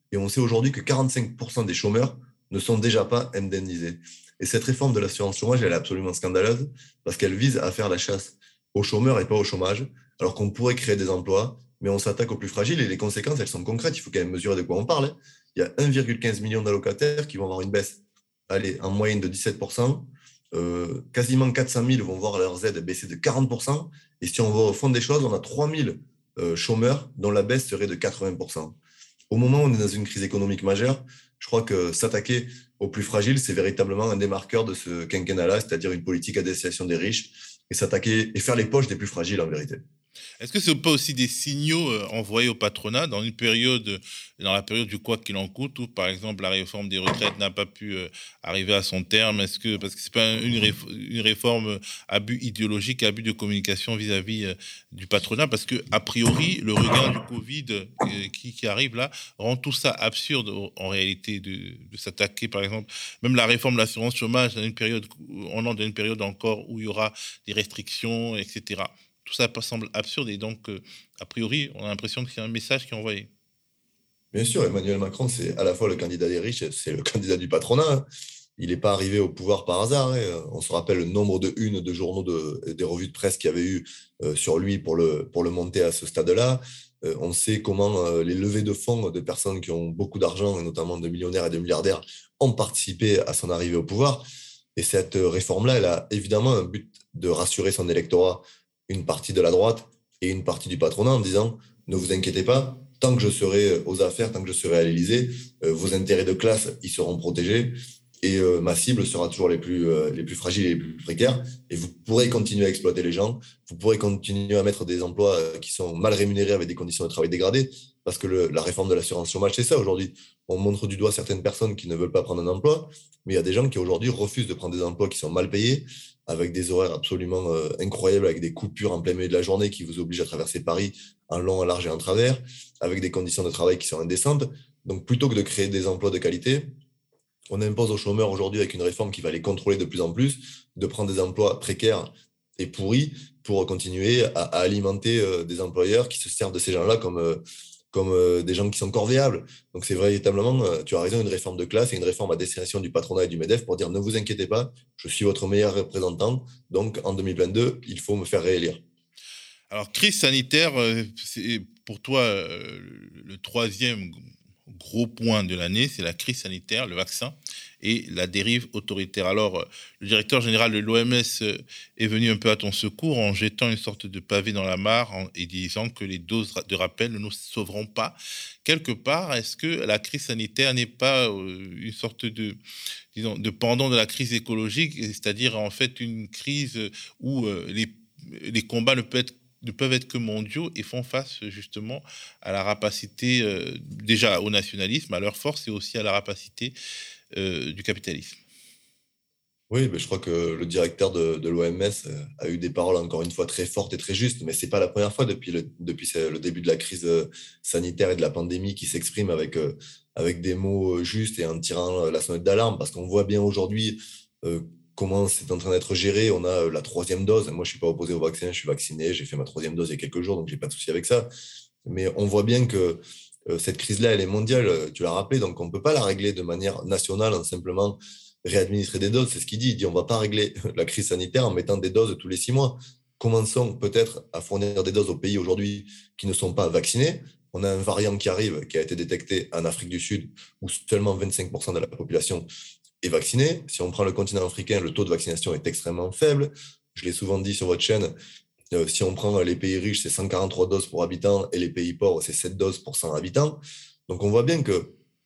Et on sait aujourd'hui que quarante-cinq pour cent des chômeurs ne sont déjà pas indemnisés. Et cette réforme de l'assurance chômage, elle est absolument scandaleuse parce qu'elle vise à faire la chasse aux chômeurs et pas au chômage, alors qu'on pourrait créer des emplois, mais on s'attaque aux plus fragiles et les conséquences, elles sont concrètes. Il faut quand même mesurer de quoi on parle. Il y a un virgule quinze million d'allocataires qui vont avoir une baisse, allez, en moyenne de dix-sept pour cent. Euh, quasiment quatre cent mille vont voir leurs aides baisser de quarante pour cent. Et si on va au fond des choses, on a trois mille euh, chômeurs dont la baisse serait de quatre-vingts pour cent. Au moment où on est dans une crise économique majeure, je crois que s'attaquer aux plus fragiles, c'est véritablement un des marqueurs de ce quinquennat-là, c'est-à-dire une politique à destination des riches et s'attaquer et faire les poches des plus fragiles en vérité. Est-ce que ce n'est pas aussi des signaux euh, envoyés au patronat dans une période, dans la période du quoi qu'il en coûte, où par exemple la réforme des retraites n'a pas pu euh, arriver à son terme? Est-ce que parce que c'est pas une, réf- une réforme à but idéologique, à but de communication vis-à-vis euh, du patronat? Parce que a priori le regain du Covid euh, qui, qui arrive là rend tout ça absurde en, en réalité de, de s'attaquer par exemple même la réforme de l'assurance chômage dans une période, on est dans une période encore où il y aura des restrictions, et cetera. Tout ça semble absurde et donc, euh, a priori, on a l'impression que c'est un message qui est envoyé. Bien sûr, Emmanuel Macron, c'est à la fois le candidat des riches, c'est le candidat du patronat, hein. Il n'est pas arrivé au pouvoir par hasard, hein. On se rappelle le nombre de unes de journaux, de, des revues de presse qu'il y avait eu euh, sur lui pour le, pour le monter à ce stade-là. Euh, on sait comment euh, les levées de fonds de personnes qui ont beaucoup d'argent, et notamment de millionnaires et de milliardaires, ont participé à son arrivée au pouvoir. Et cette réforme-là, elle a évidemment un but de rassurer son électorat, une partie de la droite et une partie du patronat, en disant ne vous inquiétez pas, tant que je serai aux affaires, tant que je serai à l'Élysée, euh, vos intérêts de classe, ils seront protégés et euh, ma cible sera toujours les plus, euh, les plus fragiles et les plus précaires. Et vous pourrez continuer à exploiter les gens, vous pourrez continuer à mettre des emplois euh, qui sont mal rémunérés avec des conditions de travail dégradées, parce que le, la réforme de l'assurance chômage, c'est ça aujourd'hui. On montre du doigt certaines personnes qui ne veulent pas prendre un emploi, mais il y a des gens qui aujourd'hui refusent de prendre des emplois qui sont mal payés, avec des horaires absolument euh, incroyables, avec des coupures en plein milieu de la journée qui vous obligent à traverser Paris en long, en large et en travers, avec des conditions de travail qui sont indécentes. Donc plutôt que de créer des emplois de qualité, on impose aux chômeurs aujourd'hui, avec une réforme qui va les contrôler de plus en plus, de prendre des emplois précaires et pourris pour continuer à, à alimenter euh, des employeurs qui se servent de ces gens-là comme, euh, comme euh, des gens qui sont corvéables. Donc c'est véritablement, euh, tu as raison, une réforme de classe et une réforme à destination du patronat et du MEDEF pour dire ne vous inquiétez pas, je suis votre meilleur représentant, donc en deux mille vingt-deux, il faut me faire réélire. Alors, crise sanitaire, euh, c'est pour toi euh, le troisième gros point de l'année, c'est la crise sanitaire, le vaccin et la dérive autoritaire. Alors, le directeur général de l'O M S est venu un peu à ton secours en jetant une sorte de pavé dans la mare en, et disant que les doses de rappel ne nous sauveront pas. Quelque part, est-ce que la crise sanitaire n'est pas euh, une sorte de, disons, de pendant de la crise écologique, c'est-à-dire en fait une crise où euh, les, les combats ne peuvent être ne peuvent être que mondiaux et font face justement à la rapacité, euh, déjà au nationalisme, à leur force et aussi à la rapacité euh, du capitalisme. Oui, mais je crois que le directeur de, de l'O M S a eu des paroles encore une fois très fortes et très justes, mais ce n'est pas la première fois depuis le, depuis le début de la crise sanitaire et de la pandémie qui s'exprime avec, avec des mots justes et en tirant la sonnette d'alarme, parce qu'on voit bien aujourd'hui euh, comment c'est en train d'être géré. On a la troisième dose. Moi, je ne suis pas opposé au vaccin, je suis vacciné, j'ai fait ma troisième dose il y a quelques jours, donc je n'ai pas de souci avec ça. Mais on voit bien que euh, cette crise-là, elle est mondiale, tu l'as rappelé, donc on ne peut pas la régler de manière nationale en simplement réadministrer des doses. C'est ce qu'il dit. Il dit on ne va pas régler la crise sanitaire en mettant des doses tous les six mois. Commençons peut-être à fournir des doses aux pays aujourd'hui qui ne sont pas vaccinés. On a un variant qui arrive, qui a été détecté en Afrique du Sud, où seulement vingt-cinq pour cent de la population est vaccinée. Si on prend le continent africain, le taux de vaccination est extrêmement faible. Je l'ai souvent dit sur votre chaîne, euh, si on prend les pays riches, c'est cent quarante-trois doses pour habitant, et les pays pauvres, c'est sept doses pour cent habitants. Donc on voit bien qu'il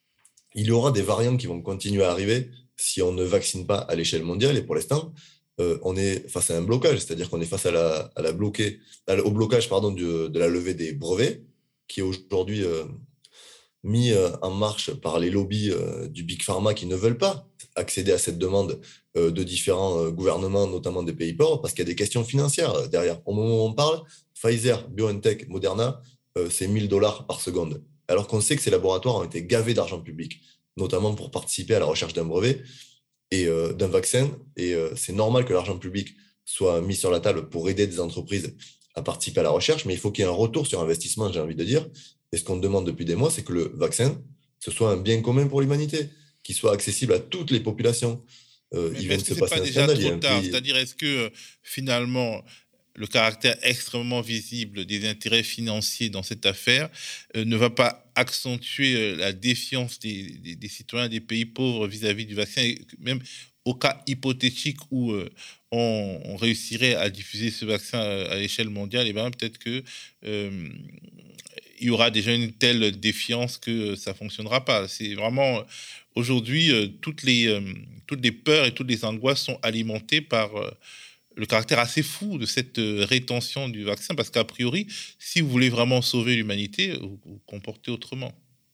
y aura des variants qui vont continuer à arriver si on ne vaccine pas à l'échelle mondiale. Et pour l'instant, euh, on est face à un blocage, c'est-à-dire qu'on est face à la, à la bloquer, à, au blocage pardon, de, de la levée des brevets, qui est aujourd'hui euh, mis euh, en marche par les lobbies euh, du Big Pharma qui ne veulent pas accéder à cette demande euh, de différents euh, gouvernements, notamment des pays pauvres, parce qu'il y a des questions financières derrière. Au moment où on parle, Pfizer, BioNTech, Moderna, euh, c'est mille dollars par seconde, alors qu'on sait que ces laboratoires ont été gavés d'argent public, notamment pour participer à la recherche d'un brevet et euh, d'un vaccin. Et euh, c'est normal que l'argent public soit mis sur la table pour aider des entreprises à participer à la recherche, mais il faut qu'il y ait un retour sur investissement, j'ai envie de dire. Et ce qu'on demande depuis des mois, c'est que le vaccin ce soit un bien commun pour l'humanité, qui soit accessible à toutes les populations. Euh, mais, mais est-ce que ce n'est pas déjà trop tard? Pays... C'est-à-dire, est-ce que euh, finalement, le caractère extrêmement visible des intérêts financiers dans cette affaire euh, ne va pas accentuer euh, la défiance des, des, des citoyens des pays pauvres vis-à-vis du vaccin, et même au cas hypothétique où euh, on, on réussirait à diffuser ce vaccin à, à l'échelle mondiale, et bien peut-être que euh, il y aura déjà une telle défiance que ça ne fonctionnera pas. C'est vraiment, aujourd'hui, euh, toutes, les, euh, toutes les peurs et toutes les angoisses sont alimentées par euh, le caractère assez fou de cette euh, rétention du vaccin, parce qu'a priori, si vous voulez vraiment sauver l'humanité, vous vous comportez autrement.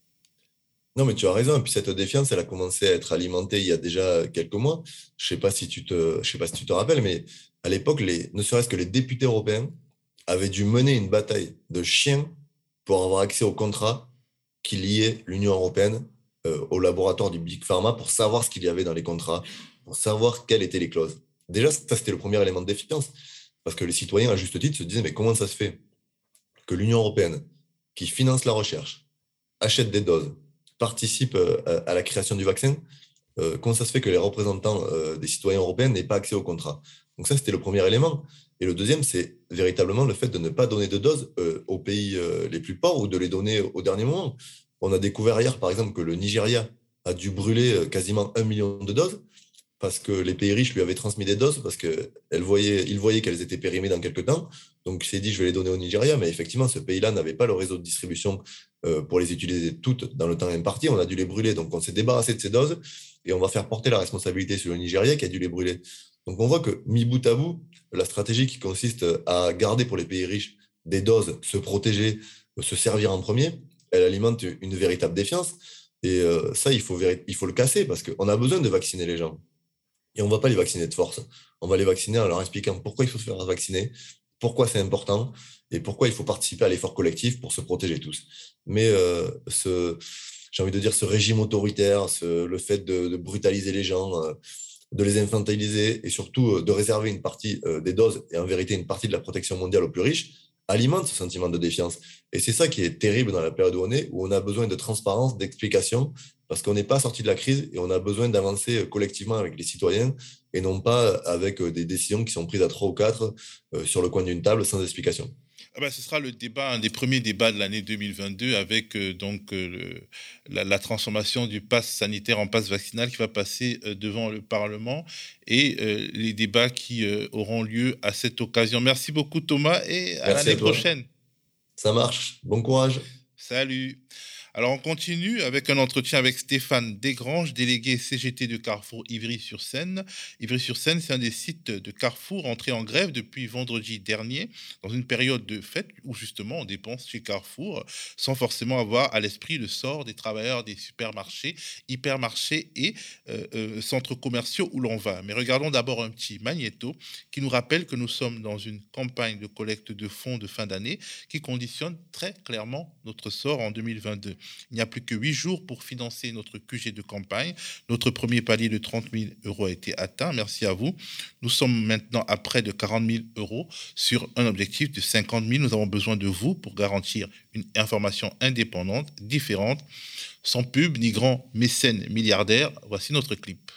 Non, mais tu as raison. Et puis cette défiance, elle a commencé à être alimentée il y a déjà quelques mois. Je ne sais pas si tu te, je sais pas si tu te rappelles, mais à l'époque, les, ne serait-ce que les députés européens avaient dû mener une bataille de chiens pour avoir accès au contrat qui liait l'Union européenne euh, au laboratoire du Big Pharma, pour savoir ce qu'il y avait dans les contrats, pour savoir quelles étaient les clauses. Déjà, ça, c'était le premier élément de défiance, parce que les citoyens, à juste titre, se disaient, mais comment ça se fait que l'Union européenne, qui finance la recherche, achète des doses, participe euh, à la création du vaccin, euh, comment ça se fait que les représentants euh, des citoyens européens n'aient pas accès au contrat? Donc ça, c'était le premier élément. Et le deuxième, c'est véritablement le fait de ne pas donner de doses euh, aux pays euh, les plus pauvres, ou de les donner au dernier moment. On a découvert hier, par exemple, que le Nigeria a dû brûler quasiment un million de doses, parce que les pays riches lui avaient transmis des doses, parce qu'ils voyaient, ils voyaient qu'elles étaient périmées dans quelques temps. Donc, il s'est dit, je vais les donner au Nigeria. Mais effectivement, ce pays-là n'avait pas le réseau de distribution euh, pour les utiliser toutes dans le temps imparti. On a dû les brûler. Donc, on s'est débarrassé de ces doses et on va faire porter la responsabilité sur le Nigeria qui a dû les brûler. Donc, on voit que, mis bout à bout, la stratégie qui consiste à garder pour les pays riches des doses, se protéger, se servir en premier, elle alimente une véritable défiance. Et euh, ça, il faut, il faut le casser, parce qu'on a besoin de vacciner les gens. Et on ne va pas les vacciner de force. On va les vacciner en leur expliquant pourquoi il faut se faire vacciner, pourquoi c'est important et pourquoi il faut participer à l'effort collectif pour se protéger tous. Mais euh, ce, j'ai envie de dire, ce régime autoritaire, ce, le fait de, de brutaliser les gens, euh, de les infantiliser et surtout euh, de réserver une partie euh, des doses et en vérité une partie de la protection mondiale aux plus riches, alimente ce sentiment de défiance. Et c'est ça qui est terrible dans la période où on est, où on a besoin de transparence, d'explication, parce qu'on n'est pas sorti de la crise et on a besoin d'avancer collectivement avec les citoyens et non pas avec des décisions qui sont prises à trois ou quatre euh, sur le coin d'une table sans explication. Ah ben, ce sera le débat, un des premiers débats de l'année deux mille vingt-deux, avec euh, donc euh, le, la, la transformation du pass sanitaire en pass vaccinal qui va passer euh, devant le Parlement, et euh, les débats qui euh, auront lieu à cette occasion. Merci beaucoup Thomas, et à Merci l'année à toi. prochaine. Ça marche, bon courage. Salut. Alors, on continue avec un entretien avec Stéphane Desgranges, délégué C G T de Carrefour Ivry-sur-Seine. Ivry-sur-Seine, c'est un des sites de Carrefour entré en grève depuis vendredi dernier, dans une période de fête où justement on dépense chez Carrefour sans forcément avoir à l'esprit le sort des travailleurs des supermarchés, hypermarchés et euh, euh, centres commerciaux où l'on va. Mais regardons d'abord un petit magnéto qui nous rappelle que nous sommes dans une campagne de collecte de fonds de fin d'année qui conditionne très clairement notre sort en deux mille vingt-deux. Il n'y a plus que huit jours pour financer notre Q G de campagne. Notre premier palier de trente mille euros a été atteint. Merci à vous. Nous sommes maintenant à près de quarante mille euros sur un objectif de cinquante mille. Nous avons besoin de vous pour garantir une information indépendante, différente, sans pub ni grand mécène milliardaire. Voici notre clip.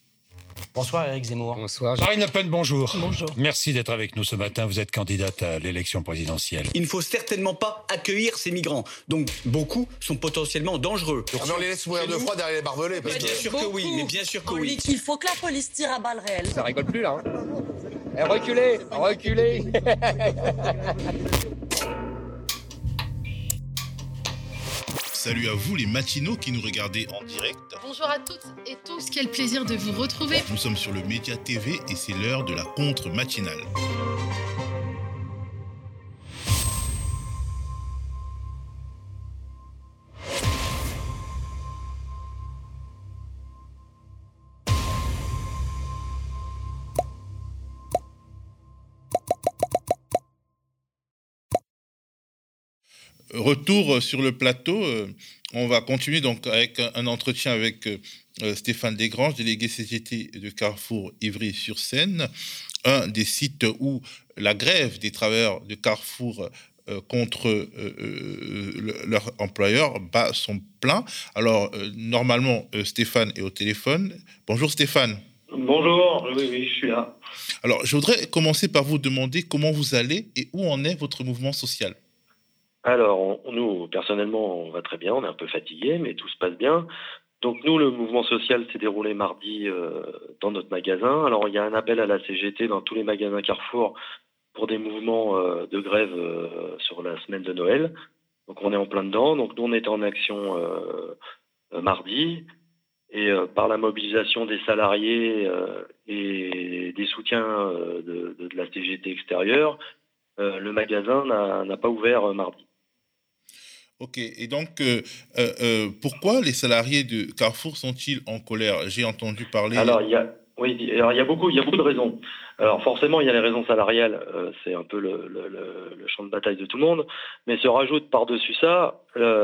Bonsoir Éric Zemmour. Bonsoir. Marine Le Pen, bonjour. Bonjour. Merci d'être avec nous ce matin. Vous êtes candidate à l'élection présidentielle. Il ne faut certainement pas accueillir ces migrants. Donc beaucoup sont potentiellement dangereux. Ah mais on les laisse mourir de froid derrière les barbelés. Parce mais bien que... sûr que oui, mais bien sûr que oui. Il faut que la police tire à balles réelles. Ça rigole plus là. Hein. Eh, reculez, reculez. Salut à vous les matinaux qui nous regardez en direct. Bonjour à toutes et tous, quel plaisir de vous retrouver. Nous sommes sur le Média T V et c'est l'heure de la contre-matinale. Retour sur le plateau, euh, on va continuer donc avec un, un entretien avec euh, Stéphane Desgranges, délégué C G T de Carrefour Ivry-sur-Seine, un des sites où la grève des travailleurs de Carrefour euh, contre euh, euh, le, leur employeur bat son plein. Alors, euh, normalement, euh, Stéphane est au téléphone. Bonjour Stéphane. Bonjour, oui, oui, je suis là. Alors, je voudrais commencer par vous demander comment vous allez et où en est votre mouvement social. Alors, on, nous, personnellement, on va très bien, on est un peu fatigué, mais tout se passe bien. Donc nous, le mouvement social s'est déroulé mardi euh, dans notre magasin. Alors, il y a un appel à la C G T dans tous les magasins Carrefour pour des mouvements euh, de grève euh, sur la semaine de Noël. Donc, on est en plein dedans. Donc, nous, on était en action euh, euh, mardi. Et euh, par la mobilisation des salariés euh, et des soutiens euh, de, de, de la C G T extérieure, euh, le magasin n'a, n'a pas ouvert euh, mardi. Ok, et donc euh, euh, pourquoi les salariés de Carrefour sont-ils en colère? J'ai entendu parler... Alors, il y a, oui, alors, il y a beaucoup, il y a beaucoup de raisons. Alors forcément, il y a les raisons salariales, euh, c'est un peu le, le, le, le champ de bataille de tout le monde, mais se rajoute par-dessus ça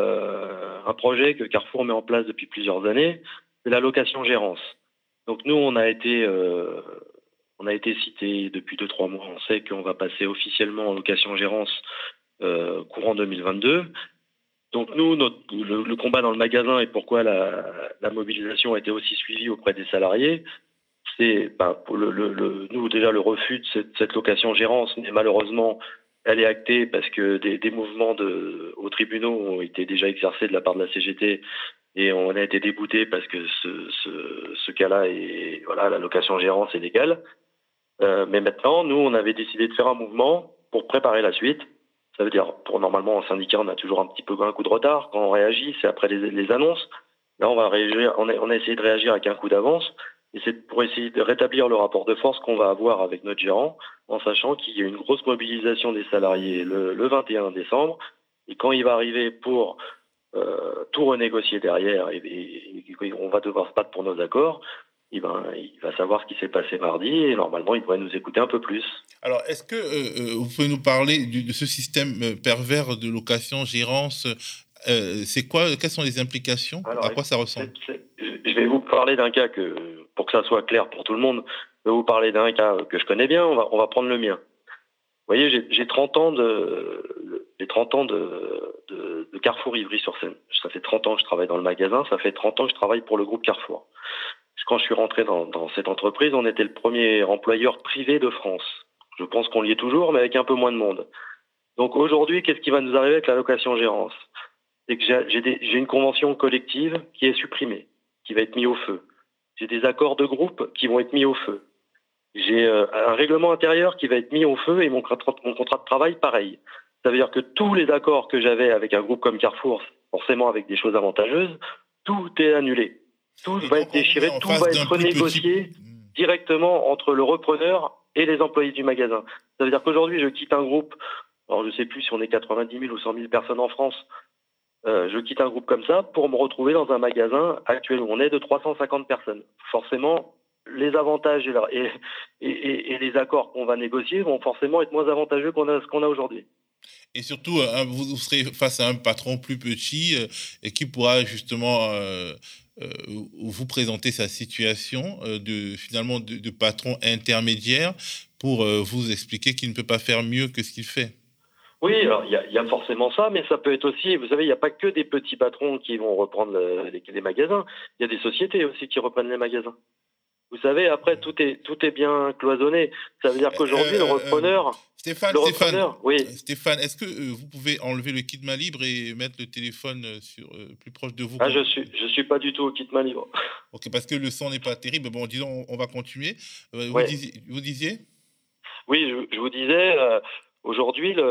euh, un projet que Carrefour met en place depuis plusieurs années, c'est la location-gérance. Donc nous, on a été, euh, on a été cité depuis deux trois mois. On sait qu'on va passer officiellement en location-gérance euh, courant deux mille vingt-deux. Donc nous, notre, le, le combat dans le magasin et pourquoi la, la mobilisation a été aussi suivie auprès des salariés, c'est ben, pour le, le, le, nous déjà le refus de cette, cette location-gérance, mais malheureusement, elle est actée parce que des, des mouvements de, aux tribunaux ont été déjà exercés de la part de la C G T. Et on a été débouté parce que ce, ce, ce cas-là est, voilà, la location-gérance est légale. Euh, mais maintenant, nous, on avait décidé de faire un mouvement pour préparer la suite. Ça veut dire, pour normalement, en syndicat, on a toujours un petit peu un coup de retard. Quand on réagit, c'est après les, les annonces. Là, on va réagir, on a, on a essayé de réagir avec un coup d'avance. Et c'est pour essayer de rétablir le rapport de force qu'on va avoir avec notre gérant, en sachant qu'il y a une grosse mobilisation des salariés le, le vingt et un décembre. Et quand il va arriver pour Euh, tout renégocier derrière et, et, et on va devoir se battre pour nos accords, et ben, il va savoir ce qui s'est passé mardi et normalement il devrait nous écouter un peu plus. Alors est-ce que euh, vous pouvez nous parler du, de ce système pervers de location-gérance? euh, C'est quoi, quelles sont les implications? Alors, à quoi ça ressemble? c'est, c'est, Je vais vous parler d'un cas que, pour que ça soit clair pour tout le monde, je vais vous parler d'un cas que je connais bien, on va, on va prendre le mien. Vous voyez, j'ai, j'ai trente ans de, j'ai trente ans de, de, de Carrefour Ivry-sur-Seine. Ça fait trente ans que je travaille dans le magasin, ça fait trente ans que je travaille pour le groupe Carrefour. Quand je suis rentré dans, dans cette entreprise, on était le premier employeur privé de France. Je pense qu'on l'y est toujours, mais avec un peu moins de monde. Donc aujourd'hui, qu'est-ce qui va nous arriver avec la location-gérance? C'est que j'ai, j'ai, des, j'ai une convention collective qui est supprimée, qui va être mise au feu. J'ai des accords de groupe qui vont être mis au feu. J'ai euh, un règlement intérieur qui va être mis au feu et mon contrat, mon contrat de travail, pareil. Ça veut dire que tous les accords que j'avais avec un groupe comme Carrefour, forcément avec des choses avantageuses, tout est annulé. Tout et va être déchiré, tout va être renégocié petit... directement entre le repreneur et les employés du magasin. Ça veut dire qu'aujourd'hui, je quitte un groupe, alors je ne sais plus si on est quatre-vingt-dix mille ou cent mille personnes en France, euh, je quitte un groupe comme ça pour me retrouver dans un magasin actuel où on est de trois cent cinquante personnes. Forcément, les avantages et, la, et, et, et les accords qu'on va négocier vont forcément être moins avantageux qu'on a, ce qu'on a aujourd'hui. Et surtout, euh, vous serez face à un patron plus petit euh, et qui pourra justement euh, euh, vous présenter sa situation euh, de, finalement de, de patron intermédiaire pour euh, vous expliquer qu'il ne peut pas faire mieux que ce qu'il fait. Oui, alors il y, y a forcément ça, mais ça peut être aussi, vous savez, il n'y a pas que des petits patrons qui vont reprendre le, les, les magasins, il y a des sociétés aussi qui reprennent les magasins. Vous savez, après, tout est, tout est bien cloisonné. Ça veut dire qu'aujourd'hui, euh, le repreneur... Euh, Stéphane, le Stéphane, repreneur, oui. Stéphane, est-ce que euh, vous pouvez enlever le kit main libre et mettre le téléphone sur, euh, plus proche de vous? Ah, je suis, je suis pas du tout au kit main libre. Ok, parce que le son n'est pas terrible. Bon, disons, on, on va continuer. Euh, ouais. vous, disiez, vous disiez Oui, je, je vous disais, euh, aujourd'hui, le...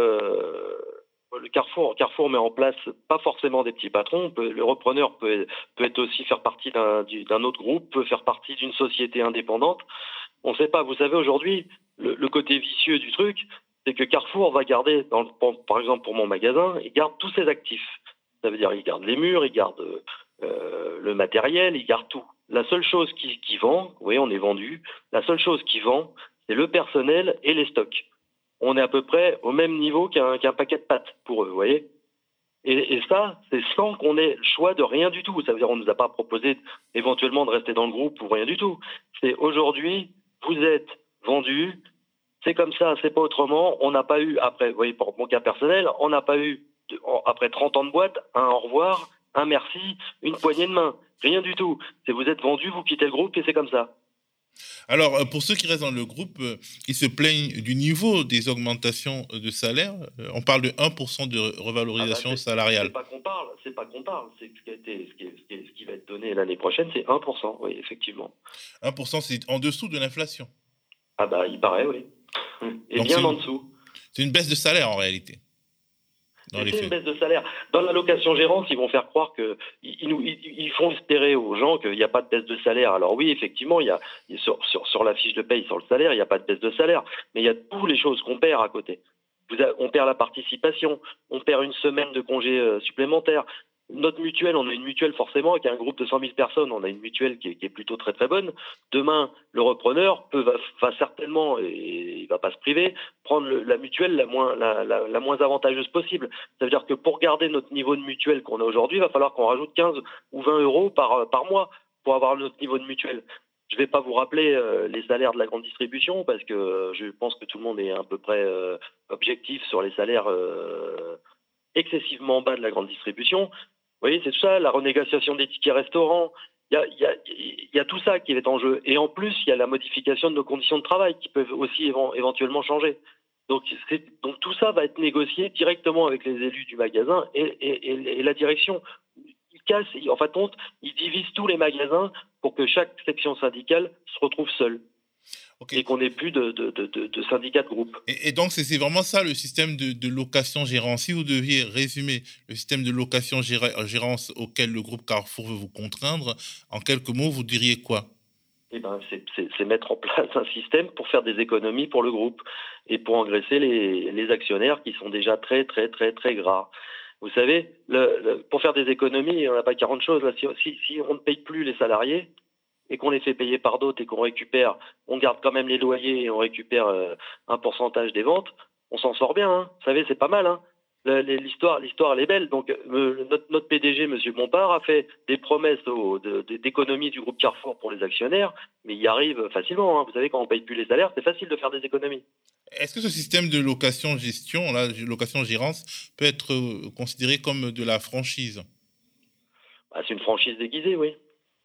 Le Carrefour, Carrefour met en place pas forcément des petits patrons. Peut, le repreneur peut, peut être aussi faire partie d'un, d'un autre groupe, peut faire partie d'une société indépendante. On ne sait pas. Vous savez, aujourd'hui, le, le côté vicieux du truc, c'est que Carrefour va garder, dans le, par exemple pour mon magasin, il garde tous ses actifs. Ça veut dire il garde les murs, il garde euh, le matériel, il garde tout. La seule chose qui, qui vend, oui, on est vendu, la seule chose qui vend, c'est le personnel et les stocks. On est à peu près au même niveau qu'un, qu'un paquet de pâtes pour eux, vous voyez. Et, et ça, c'est sans qu'on ait le choix de rien du tout. Ça veut dire qu'on ne nous a pas proposé éventuellement de rester dans le groupe ou rien du tout. C'est aujourd'hui, vous êtes vendus, C'est comme ça, c'est pas autrement. On n'a pas eu, après, vous voyez, pour mon cas personnel, on n'a pas eu, de, après trente ans de boîte, un au revoir, un merci, une poignée de main. Rien du tout. C'est vous êtes vendu, vous quittez le groupe et c'est comme ça. Alors, euh, pour ceux qui restent dans le groupe, euh, ils se plaignent du niveau des augmentations de salaire. Euh, on parle de un pour cent de revalorisation Ah bah, c'est, salariale. C'est pas qu'on parle, c'est pas qu'on parle. C'est ce qui, a été, ce, qui est, ce, qui est, ce qui va être donné l'année prochaine, c'est un pour cent, oui, effectivement. un pour cent, c'est en dessous de l'inflation. Ah bah, il paraît, oui. Et Donc bien c'est en une, dessous. C'est une baisse de salaire, en réalité. Dans les c'est faits. une baisse de salaire. Dans la location-gérance, ils vont faire croire que ils, ils, ils font espérer aux gens qu'il n'y a pas de baisse de salaire. Alors oui, effectivement, il y a sur, sur, sur la fiche de paye, sur le salaire, il n'y a pas de baisse de salaire, mais il y a toutes les choses qu'on perd à côté. Vous a, on perd la participation, on perd une semaine de congé euh, supplémentaire. Notre mutuelle, on a une mutuelle forcément avec un groupe de cent mille personnes, on a une mutuelle qui est, qui est plutôt très très bonne. Demain, le repreneur peut, va, va certainement, et il va pas se priver, prendre le, la mutuelle la moins, la, la, la moins avantageuse possible. Ça veut dire que pour garder notre niveau de mutuelle qu'on a aujourd'hui, il va falloir qu'on rajoute quinze ou vingt euros par, par mois pour avoir notre niveau de mutuelle. Je ne vais pas vous rappeler euh, les salaires de la grande distribution parce que euh, je pense que tout le monde est à peu près euh, objectif sur les salaires euh, excessivement bas de la grande distribution. Vous voyez, c'est tout ça, la renégociation des tickets restaurants, il y a, y, a, y a tout ça qui est en jeu. Et en plus, il y a la modification de nos conditions de travail qui peuvent aussi éve- éventuellement changer. Donc, c'est, donc tout ça va être négocié directement avec les élus du magasin et, et, et, et la direction. Ils cassent, en fin de compte, ils divisent tous les magasins pour que chaque section syndicale se retrouve seule. Okay. Et qu'on n'ait plus de, de, de, de, de syndicats de groupe. Et, et donc, c'est, c'est vraiment ça le système de, de location-gérance. Si vous deviez résumer le système de location-gérance auquel le groupe Carrefour veut vous contraindre, en quelques mots, vous diriez quoi ? Eh ben, c'est, c'est, c'est mettre en place un système pour faire des économies pour le groupe et pour engraisser les, les actionnaires qui sont déjà très, très, très, très gras. Vous savez, le, le, pour faire des économies, on n'a pas quarante choses. Là. Si, si, si on ne paye plus les salariés, et qu'on les fait payer par d'autres et qu'on récupère, on garde quand même les loyers et on récupère euh, un pourcentage des ventes, on s'en sort bien. Hein. Vous savez, c'est pas mal. Hein. Le, l'histoire, l'histoire, elle est belle. Donc, euh, notre, notre P D G, M. Bompard, a fait des promesses au, de, de, d'économie du groupe Carrefour pour les actionnaires, mais il y arrive facilement. Hein. Vous savez, quand on ne paye plus les salaires, c'est facile de faire des économies. Est-ce que ce système de location-gestion, là, location-gérance, peut être considéré comme de la franchise ? Bah, c'est une franchise déguisée, oui.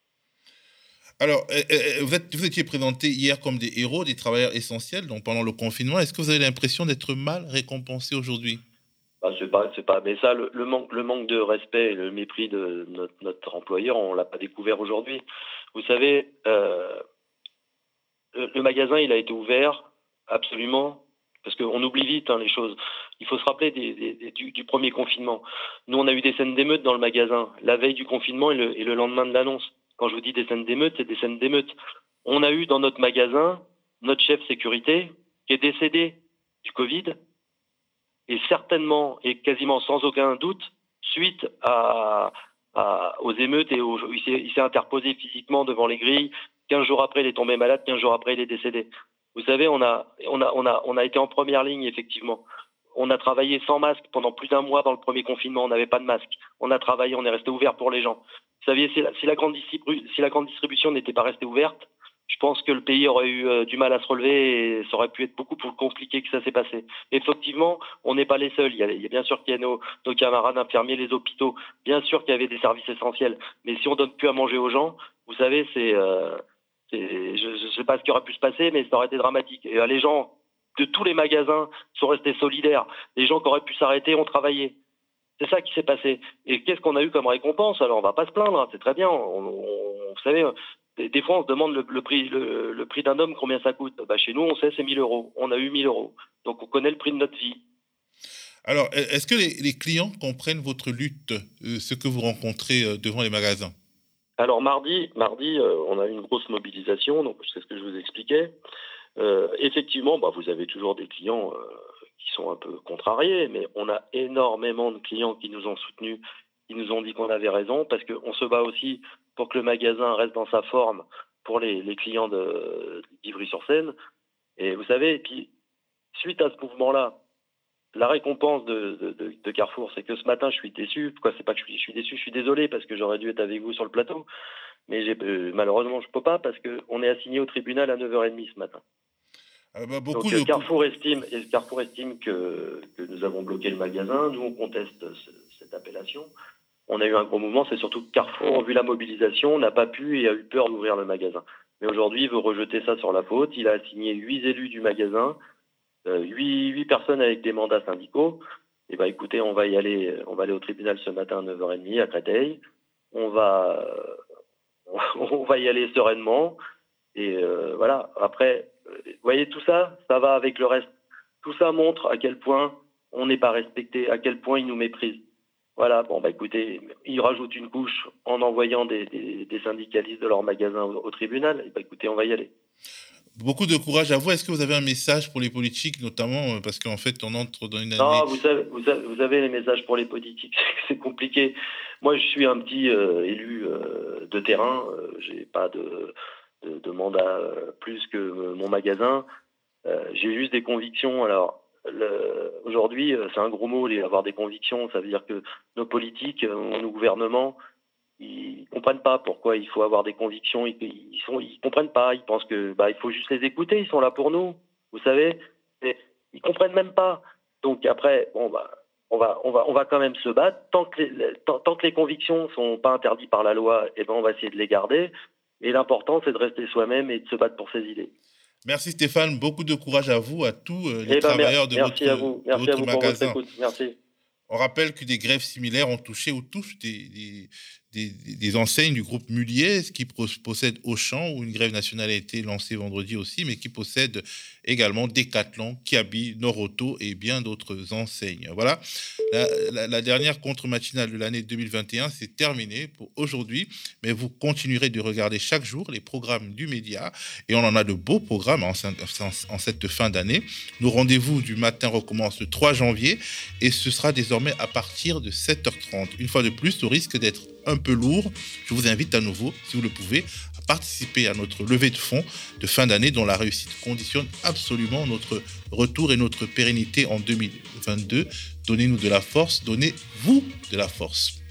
Alors, vous, êtes, vous étiez présentés hier comme des héros, des travailleurs essentiels, donc pendant le confinement. Est-ce que vous avez l'impression d'être mal récompensés aujourd'hui ? Ah, c'est pas, c'est pas. Mais ça, le, le manque, le manque de respect et le mépris de notre, notre employeur, on l'a pas découvert aujourd'hui. Vous savez, euh, le, le magasin, il a été ouvert absolument parce qu'on oublie vite hein, les choses. Il faut se rappeler des, des, des, du, du premier confinement. Nous, on a eu des scènes d'émeutes dans le magasin la veille du confinement et le, et le lendemain de l'annonce. Quand je vous dis des scènes d'émeutes, c'est des scènes d'émeutes. On a eu dans notre magasin notre chef sécurité qui est décédé du Covid et certainement et quasiment sans aucun doute suite à, à, aux émeutes et aux, il, s'est, il s'est interposé physiquement devant les grilles. quinze jours après, il est tombé malade. quinze jours après, il est décédé. Vous savez, on a, on a, on a, on a été en première ligne, effectivement. On a travaillé sans masque pendant plus d'un mois dans le premier confinement. On n'avait pas de masque. On a travaillé, on est resté ouvert pour les gens. Vous saviez, si la, si, la grande distribu- si la grande distribution n'était pas restée ouverte, je pense que le pays aurait eu euh, du mal à se relever et ça aurait pu être beaucoup plus compliqué que ça s'est passé. Effectivement, on n'est pas les seuls. Il y a, il y a bien sûr qu'il y a nos, nos camarades infirmiers, les hôpitaux. Bien sûr qu'il y avait des services essentiels. Mais si on donne plus à manger aux gens, vous savez, c'est, euh, c'est je ne sais pas ce qui aurait pu se passer, mais ça aurait été dramatique. Et euh, les gens de tous les magasins sont restés solidaires. Les gens qui auraient pu s'arrêter ont travaillé. C'est ça qui s'est passé. Et qu'est-ce qu'on a eu comme récompense ? Alors, on ne va pas se plaindre, hein, c'est très bien. On, on, vous savez, des, des fois, on se demande le, le, prix, le, le prix d'un homme, combien ça coûte. Bah, chez nous, on sait, c'est mille euros. On a eu mille euros. Donc, on connaît le prix de notre vie. Alors, est-ce que les, les clients comprennent votre lutte, euh, ce que vous rencontrez euh, devant les magasins ? Alors, mardi, mardi euh, on a eu une grosse mobilisation, donc c'est ce que je vous expliquais. Euh, effectivement, bah, vous avez toujours des clients... Euh, qui sont un peu contrariés, mais on a énormément de clients qui nous ont soutenus, qui nous ont dit qu'on avait raison, parce qu'on se bat aussi pour que le magasin reste dans sa forme pour les, les clients de, d'Ivry-sur-Seine. Et vous savez, et puis, suite à ce mouvement-là, la récompense de, de, de, de Carrefour, c'est que ce matin, je suis déçu. Pourquoi c'est pas que je suis, je suis déçu, je suis désolé, parce que j'aurais dû être avec vous sur le plateau. Mais j'ai, euh, malheureusement, je ne peux pas, parce qu'on est assigné au tribunal à neuf heures trente ce matin. Ah bah, beaucoup Donc de... Carrefour estime, et Carrefour estime que, que nous avons bloqué le magasin. Nous, on conteste ce, cette appellation. On a eu un gros mouvement, c'est surtout que Carrefour, vu la mobilisation, n'a pas pu et a eu peur d'ouvrir le magasin. Mais aujourd'hui, il veut rejeter ça sur la faute. Il a assigné huit élus du magasin, euh, huit personnes avec des mandats syndicaux. Et bah écoutez, on va y aller, on va aller au tribunal ce matin à neuf heures trente à Créteil. On va, on va y aller sereinement. Et euh, voilà. Après, vous voyez tout ça, ça va avec le reste. Tout ça montre à quel point on n'est pas respecté, à quel point ils nous méprisent. Voilà, bon, bah écoutez, ils rajoutent une couche en envoyant des, des, des syndicalistes de leur magasin au, au tribunal. Et bah écoutez, on va y aller. Beaucoup de courage à vous. Est-ce que vous avez un message pour les politiques, notamment parce qu'en fait, on entre dans une année... Non, vous savez, vous savez, vous avez les messages pour les politiques, c'est compliqué. Moi, je suis un petit euh, élu euh, de terrain. Euh, j'ai pas de, de, de mandat euh, plus que euh, mon magasin. Euh, j'ai juste des convictions. Alors, Le, aujourd'hui, c'est un gros mot, les, avoir des convictions. Ça veut dire que nos politiques, nos gouvernements, ils comprennent pas pourquoi il faut avoir des convictions. Ils, ils sont, ils comprennent pas. Ils pensent que bah il faut juste les écouter. Ils sont là pour nous, vous savez. Et ils comprennent même pas. Donc après, bon bah, on va, on va, on va quand même se battre. Tant que les, tant, tant que les convictions sont pas interdites par la loi, et ben on va essayer de les garder. Et l'important, c'est de rester soi-même et de se battre pour ses idées. Merci Stéphane, beaucoup de courage à vous, à tous les eh ben, travailleurs merci, de merci votre, à vous. Merci de votre à vous magasin. Pour votre écoute. Merci. On rappelle que des grèves similaires ont touché ou touchent des, des, des, des enseignes du groupe Mulliez qui possède Auchan, où une grève nationale a été lancée vendredi aussi, mais qui possède également Decathlon, Kiabi, Noroto et bien d'autres enseignes. Voilà, la, la, la dernière contre-matinale de l'année deux mille vingt et un, c'est terminé pour aujourd'hui, mais vous continuerez de regarder chaque jour les programmes du média, et on en a de beaux programmes en, en, en cette fin d'année. Nos rendez-vous du matin recommencent le trois janvier, et ce sera désormais à partir de sept heures trente. Une fois de plus, au risque d'être un peu lourd, je vous invite à nouveau, si vous le pouvez, à participer à notre levée de fonds de fin d'année dont la réussite conditionne absolument notre retour et notre pérennité en deux mille vingt-deux. Donnez-nous de la force, donnez-vous de la force.